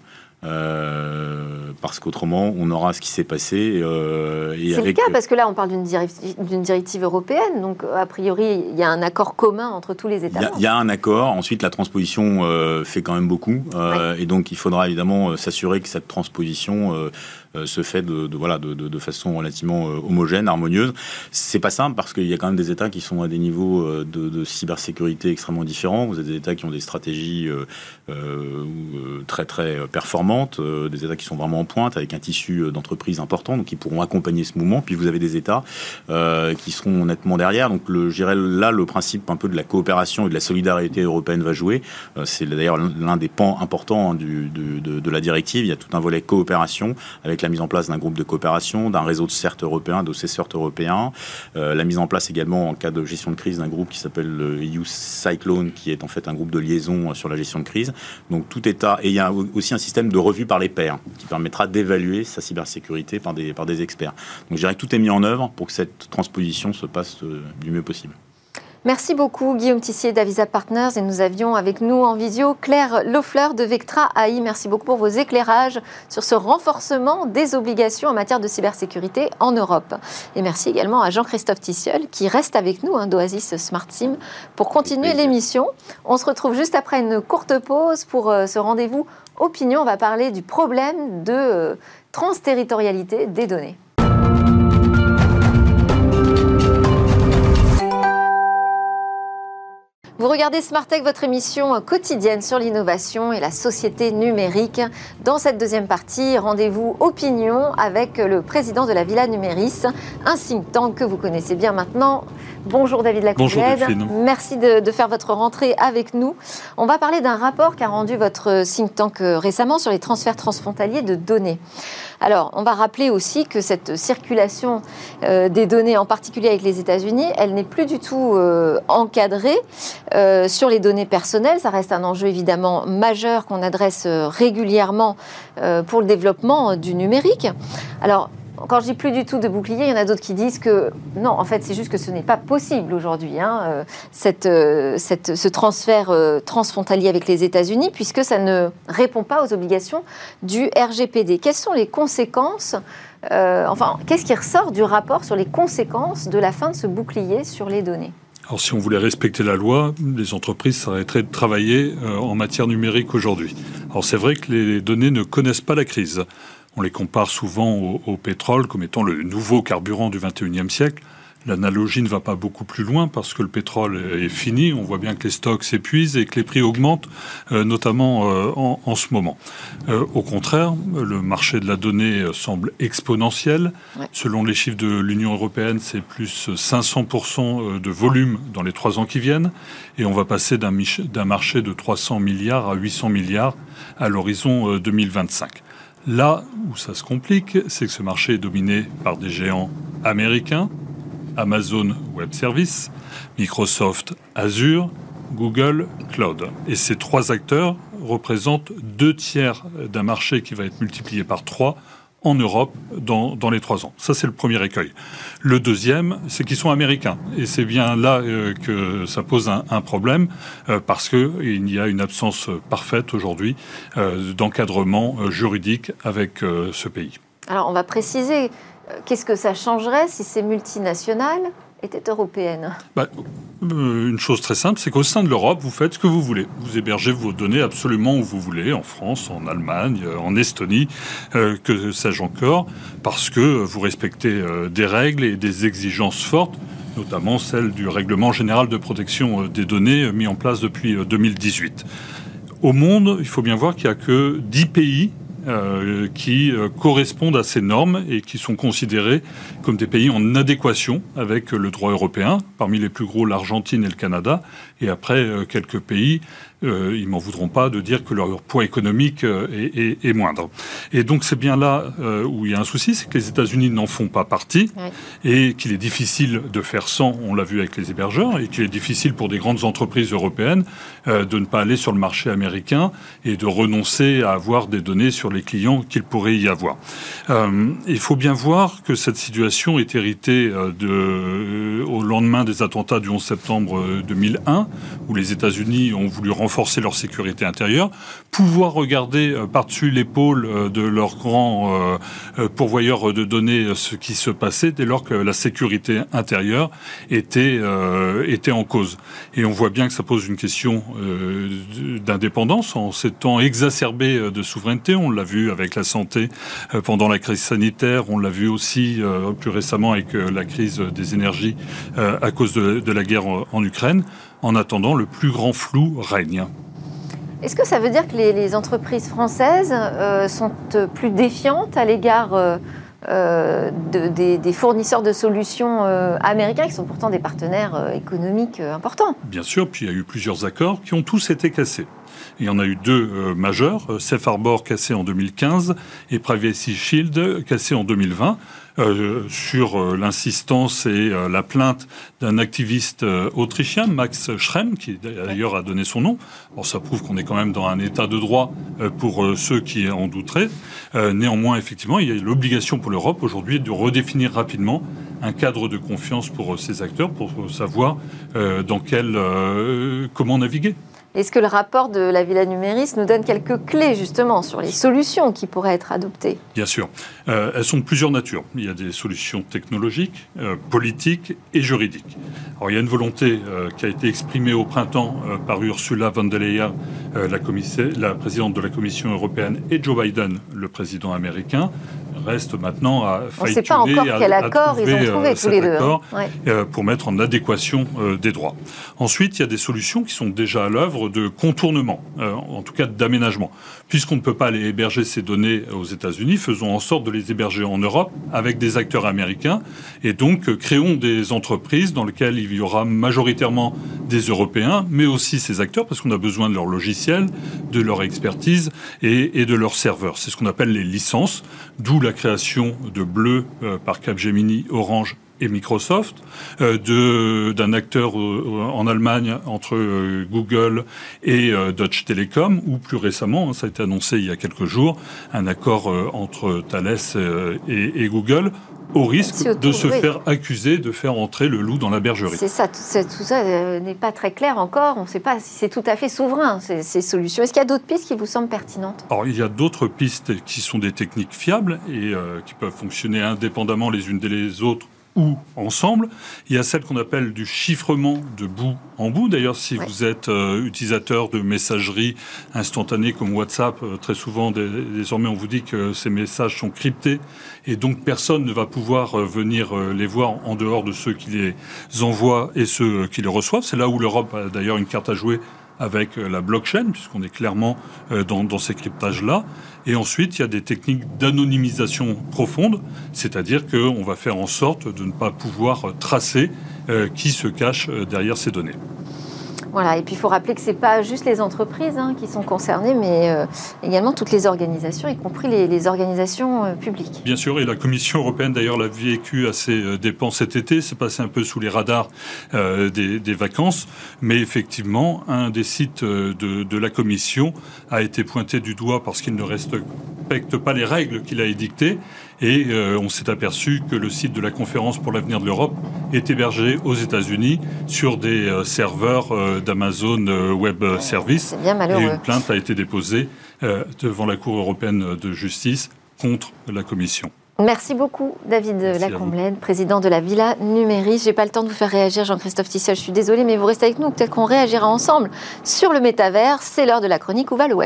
Euh, parce qu'autrement on aura ce qui s'est passé euh, et c'est avec... le cas parce que là on parle d'une directive, d'une directive européenne, donc a priori il y a un accord commun entre tous les États membres. Il y, y a un accord, ensuite la transposition euh, fait quand même beaucoup euh, oui. Et donc il faudra évidemment s'assurer que cette transposition euh, euh, se fait de, de, voilà, de, de, de façon relativement euh, homogène, harmonieuse. C'est pas simple parce qu'il y a quand même des États qui sont à des niveaux euh, de, de cybersécurité extrêmement différents. Vous avez des États qui ont des stratégies euh, euh, très très performantes, euh, des États qui sont vraiment en pointe avec un tissu d'entreprises important, donc qui pourront accompagner ce mouvement. Puis vous avez des États euh, qui seront nettement derrière. Donc le, je dirais là le principe un peu de la coopération et de la solidarité européenne va jouer. Euh, c'est d'ailleurs l'un des pans importants hein, du, du, de, de la directive. Il y a tout un volet coopération avec la mise en place d'un groupe de coopération, d'un réseau de C E R T européen, de C E C E R T européen, euh, la mise en place également en cas de gestion de crise d'un groupe qui s'appelle le E U Cyclone, qui est en fait un groupe de liaison sur la gestion de crise. Donc tout État, et il y a aussi un système de revue par les pairs qui permettra d'évaluer sa cybersécurité par des, par des experts. Donc je dirais que tout est mis en œuvre pour que cette transposition se passe euh, du mieux possible. Merci beaucoup Guillaume Tissier d'Avisa Partners, et nous avions avec nous en visio Claire Loeffler de Vectra A I. Merci beaucoup pour vos éclairages sur ce renforcement des obligations en matière de cybersécurité en Europe. Et merci également à Jean-Christophe Tissieul qui reste avec nous hein, d'Oasis Smart Sim pour continuer l'émission. On se retrouve juste après une courte pause pour euh, ce rendez-vous Opinion. On va parler du problème de euh, transterritorialité des données. Vous regardez Smart Tech, votre émission quotidienne sur l'innovation et la société numérique. Dans cette deuxième partie, rendez-vous opinion avec le président de la Villa Numéris, un think tank que vous connaissez bien maintenant. Bonjour David Lacourlède. Merci de, de faire votre rentrée avec nous. On va parler d'un rapport qu'a rendu votre think tank récemment sur les transferts transfrontaliers de données. Alors, on va rappeler aussi que cette circulation euh, des données, en particulier avec les États-Unis, elle n'est plus du tout euh, encadrée euh, sur les données personnelles. Ça reste un enjeu évidemment majeur qu'on adresse euh, régulièrement euh, pour le développement euh, du numérique. Alors, quand je dis plus du tout de bouclier, il y en a d'autres qui disent que non, en fait, c'est juste que ce n'est pas possible aujourd'hui, hein, euh, cette, euh, cette, ce transfert euh, transfrontalier avec les États-Unis, puisque ça ne répond pas aux obligations du R G P D. Quelles sont les conséquences, euh, enfin, qu'est-ce qui ressort du rapport sur les conséquences de la fin de ce bouclier sur les données ? Alors, si on voulait respecter la loi, les entreprises s'arrêteraient de travailler euh, en matière numérique aujourd'hui. Alors, c'est vrai que les données ne connaissent pas la crise. On les compare souvent au, au pétrole comme étant le nouveau carburant du vingt et unième siècle. L'analogie ne va pas beaucoup plus loin parce que le pétrole est fini. On voit bien que les stocks s'épuisent et que les prix augmentent, euh, notamment euh, en, en ce moment. Euh, au contraire, le marché de la donnée semble exponentiel. Ouais. Selon les chiffres de l'Union européenne, c'est plus cinq cents pour cent de volume dans les trois ans qui viennent. Et on va passer d'un, mich- d'un marché de trois cents milliards à huit cents milliards à l'horizon euh, deux mille vingt-cinq. Là où ça se complique, c'est que ce marché est dominé par des géants américains, Amazon Web Services, Microsoft Azure, Google Cloud. Et ces trois acteurs représentent deux tiers d'un marché qui va être multiplié par trois en Europe dans, dans les trois ans. Ça, c'est le premier écueil. Le deuxième, c'est qu'ils sont américains. Et c'est bien là euh, que ça pose un, un problème, euh, parce qu'il y a une absence parfaite aujourd'hui euh, d'encadrement euh, juridique avec euh, ce pays. Alors, on va préciser, euh, qu'est-ce que ça changerait si ces multinationales étaient européennes ? Bah, euh, une chose très simple, c'est qu'au sein de l'Europe, vous faites ce que vous voulez. Vous hébergez vos données absolument où vous voulez, en France, en Allemagne, euh, en Estonie, euh, que sais-je encore, parce que vous respectez euh, des règles et des exigences fortes, notamment celle du Règlement général de protection des données euh, mis en place depuis euh, deux mille dix-huit. Au monde, il faut bien voir qu'il n'y a que dix pays Euh, qui euh, correspondent à ces normes et qui sont considérés comme des pays en adéquation avec le droit européen. Parmi les plus gros, l'Argentine et le Canada. Et après, euh, quelques pays, euh, ils m'en voudront pas de dire que leur poids économique euh, est, est, est moindre. Et donc, c'est bien là euh, où il y a un souci, c'est que les États-Unis n'en font pas partie, oui. Et qu'il est difficile de faire sans, on l'a vu avec les hébergeurs, et qu'il est difficile pour des grandes entreprises européennes euh, de ne pas aller sur le marché américain et de renoncer à avoir des données sur les clients qu'il pourrait y avoir. Euh, il faut bien voir que cette situation est héritée euh, de, euh, au lendemain des attentats du onze septembre deux mille un, où les États-Unis ont voulu renforcer leur sécurité intérieure, pouvoir regarder euh, par-dessus l'épaule euh, de leurs grands euh, pourvoyeurs de données euh, ce qui se passait dès lors que la sécurité intérieure était, euh, était en cause. Et on voit bien que ça pose une question euh, d'indépendance en ces temps exacerbés de souveraineté. On l'a vu avec la santé euh, pendant la crise sanitaire, on l'a vu aussi euh, plus récemment avec euh, la crise des énergies euh, à cause de, de la guerre en, en Ukraine. En attendant, le plus grand flou règne. Est-ce que ça veut dire que les, les entreprises françaises euh, sont plus défiantes à l'égard euh, euh, de, des, des fournisseurs de solutions euh, américains, qui sont pourtant des partenaires euh, économiques euh, importants ? Bien sûr, puis il y a eu plusieurs accords qui ont tous été cassés. Il y en a eu deux euh, majeurs, Safe Harbor cassé en deux mille quinze et Privacy Shield cassé en deux mille vingt, euh, sur euh, l'insistance et euh, la plainte d'un activiste euh, autrichien, Max Schrems, qui d'ailleurs a donné son nom. Bon, ça prouve qu'on est quand même dans un état de droit euh, pour euh, ceux qui en douteraient. Euh, néanmoins, effectivement, il y a l'obligation pour l'Europe aujourd'hui de redéfinir rapidement un cadre de confiance pour euh, ces acteurs, pour euh, savoir euh, dans quel, euh, comment naviguer. Est-ce que le rapport de la Villa Numéris nous donne quelques clés, justement, sur les solutions qui pourraient être adoptées ? Bien sûr. Euh, elles sont de plusieurs natures. Il y a des solutions technologiques, euh, politiques et juridiques. Alors, il y a une volonté euh, qui a été exprimée au printemps euh, par Ursula von der Leyen, euh, la, la présidente de la Commission européenne, et Joe Biden, le président américain. Reste maintenant à fine-tuner. On ne sait pas encore quel accord ils ont trouvé tous les deux. Hein. Ouais. Pour mettre en adéquation euh, des droits. Ensuite, il y a des solutions qui sont déjà à l'œuvre de contournement, euh, en tout cas d'aménagement. Puisqu'on ne peut pas aller héberger ces données aux États-Unis, faisons en sorte de les héberger en Europe avec des acteurs américains. Et donc, euh, créons des entreprises dans lesquelles il y aura majoritairement des Européens, mais aussi ces acteurs, parce qu'on a besoin de leur logiciel, de leur expertise et, et de leurs serveurs. C'est ce qu'on appelle les licences, d'où la création de Bleu euh, par Capgemini, Orange et Microsoft, euh, de, d'un acteur euh, en Allemagne entre euh, Google et euh, Deutsche Telekom, ou plus récemment, hein, ça a été annoncé il y a quelques jours, un accord euh, entre Thales euh, et, et Google, au risque autour, de se oui. faire accuser de faire entrer le loup dans la bergerie. C'est ça, tout ça, tout ça euh, n'est pas très clair encore. On ne sait pas si c'est tout à fait souverain, ces, ces solutions. Est-ce qu'il y a d'autres pistes qui vous semblent pertinentes ? Alors, il y a d'autres pistes qui sont des techniques fiables et euh, qui peuvent fonctionner indépendamment les unes des autres ou ensemble. Il y a celle qu'on appelle du chiffrement de bout en bout. D'ailleurs, si ouais. vous êtes euh, utilisateur de messagerie instantanée comme WhatsApp, euh, très souvent, dé- désormais, on vous dit que ces messages sont cryptés et donc personne ne va pouvoir euh, venir euh, les voir en dehors de ceux qui les envoient et ceux euh, qui les reçoivent. C'est là où l'Europe a d'ailleurs une carte à jouer avec la blockchain, puisqu'on est clairement dans, dans ces cryptages-là. Et ensuite, il y a des techniques d'anonymisation profonde, c'est-à-dire qu'on va faire en sorte de ne pas pouvoir tracer euh, qui se cache derrière ces données. Voilà, et puis il faut rappeler que ce n'est pas juste les entreprises hein, qui sont concernées, mais euh, également toutes les organisations, y compris les, les organisations euh, publiques. Bien sûr, et la Commission européenne d'ailleurs l'a vécu à ses dépens cet été, c'est passé un peu sous les radars euh, des, des vacances, mais effectivement, un des sites de, de la Commission a été pointé du doigt parce qu'il ne reste respecte pas les règles qu'il a édictées. Et euh, on s'est aperçu que le site de la conférence pour l'avenir de l'Europe est hébergé aux États-Unis sur des euh, serveurs euh, d'Amazon euh, Web Services. C'est bien malheureux. Et une plainte a été déposée euh, devant la Cour européenne de justice contre la Commission. Merci beaucoup, David Merci Lacomblède, président de la Villa Numéris. Je n'ai pas le temps de vous faire réagir, Jean-Christophe Tissot, je suis désolée, mais vous restez avec nous. Peut-être qu'on réagira ensemble sur le métavers. C'est l'heure de la chronique Où va le web ?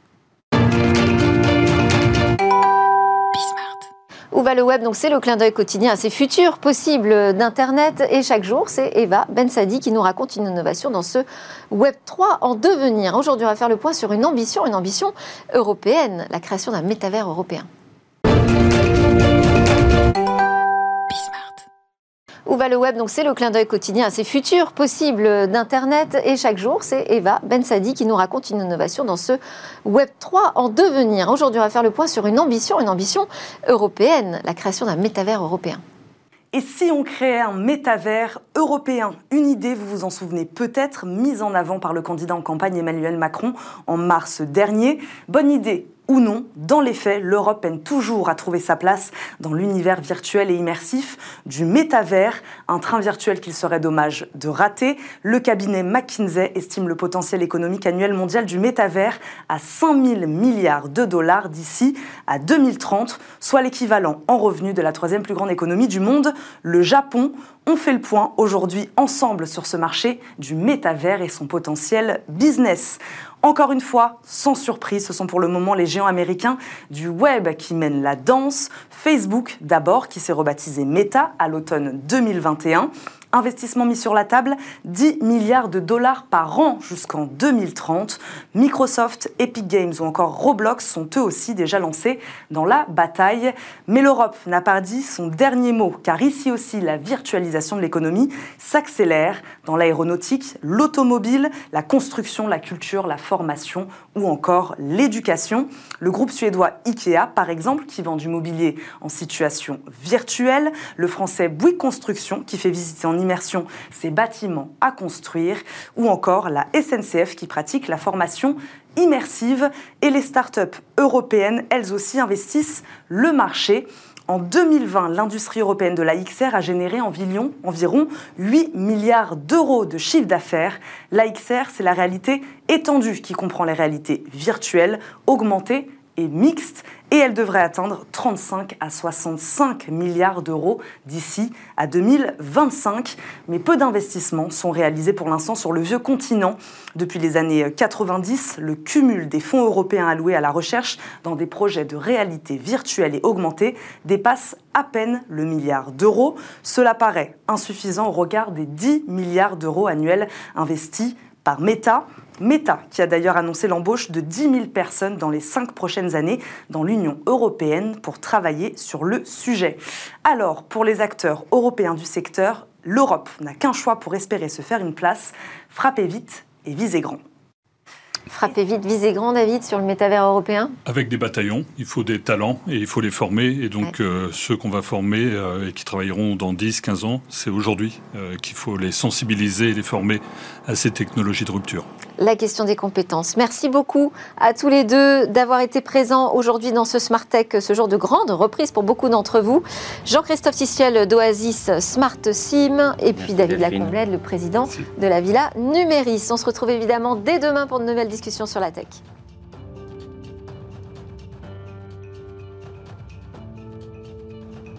Où va le web ? Donc c'est le clin d'œil quotidien à ces futurs possibles d'Internet. Et chaque jour, c'est Eva Bensadi qui nous raconte une innovation dans ce Web trois en devenir. Aujourd'hui, on va faire le point sur une ambition, une ambition européenne, la création d'un métavers européen. Où va le web ? Donc c'est le clin d'œil quotidien à ces futurs possibles d'Internet. Et chaque jour, c'est Eva Bensadi qui nous raconte une innovation dans ce Web trois en devenir. Aujourd'hui, on va faire le point sur une ambition, une ambition européenne, la création d'un métavers européen. Et si on créait un métavers européen ? Une idée, vous vous en souvenez peut-être, mise en avant par le candidat en campagne Emmanuel Macron en mars dernier. Bonne idée ou non, dans les faits, l'Europe peine toujours à trouver sa place dans l'univers virtuel et immersif du métavers, un train virtuel qu'il serait dommage de rater. Le cabinet McKinsey estime le potentiel économique annuel mondial du métavers à cinq mille milliards de dollars d'ici à deux mille trente, soit l'équivalent en revenus de la troisième plus grande économie du monde, le Japon. On fait le point aujourd'hui ensemble sur ce marché du métavers et son potentiel business. Encore une fois, sans surprise, ce sont pour le moment les géants américains du web qui mènent la danse. Facebook d'abord, qui s'est rebaptisé Meta à l'automne deux mille vingt et un. Investissement mis sur la table, dix milliards de dollars par an jusqu'en deux mille trente. Microsoft, Epic Games ou encore Roblox sont eux aussi déjà lancés dans la bataille. Mais l'Europe n'a pas dit son dernier mot, car ici aussi la virtualisation de l'économie s'accélère dans l'aéronautique, l'automobile, la construction, la culture, la formation ou encore l'éducation. Le groupe suédois Ikea, par exemple, qui vend du mobilier en situation virtuelle. Le français Bouygues Construction, qui fait visiter en immersion ses bâtiments à construire, ou encore la S N C F qui pratique la formation immersive. Et les startups européennes, elles aussi, investissent le marché. En deux mille vingt, l'industrie européenne de la X R a généré environ, environ huit milliards d'euros de chiffre d'affaires. La X R, c'est la réalité étendue qui comprend les réalités virtuelles, augmentées et mixte, et elle devrait atteindre trente-cinq à soixante-cinq milliards d'euros d'ici à deux mille vingt-cinq. Mais peu d'investissements sont réalisés pour l'instant sur le vieux continent. Depuis les années quatre-vingt-dix, le cumul des fonds européens alloués à la recherche dans des projets de réalité virtuelle et augmentée dépasse à peine le milliard d'euros. Cela paraît insuffisant au regard des dix milliards d'euros annuels investis par Meta. Meta, qui a d'ailleurs annoncé l'embauche de dix mille personnes dans les cinq prochaines années dans l'Union européenne pour travailler sur le sujet. Alors, pour les acteurs européens du secteur, l'Europe n'a qu'un choix pour espérer se faire une place, frapper vite et viser grand. Frapper vite, viser grand, David, sur le métavers européen ? Avec des bataillons, il faut des talents et il faut les former. Et donc, ouais. euh, ceux qu'on va former euh, et qui travailleront dans dix, quinze ans, c'est aujourd'hui euh, qu'il faut les sensibiliser et les former à ces technologies de rupture. La question des compétences. Merci beaucoup à tous les deux d'avoir été présents aujourd'hui dans ce Smart Tech, ce jour de grande reprise pour beaucoup d'entre vous. Jean-Christophe Tissiel d'Oasis Smart Sim et puis Merci David Delphine. Lacomblède, le président Merci. de la Villa Numéris. On se retrouve évidemment dès demain pour de nouvelles discussions sur la tech.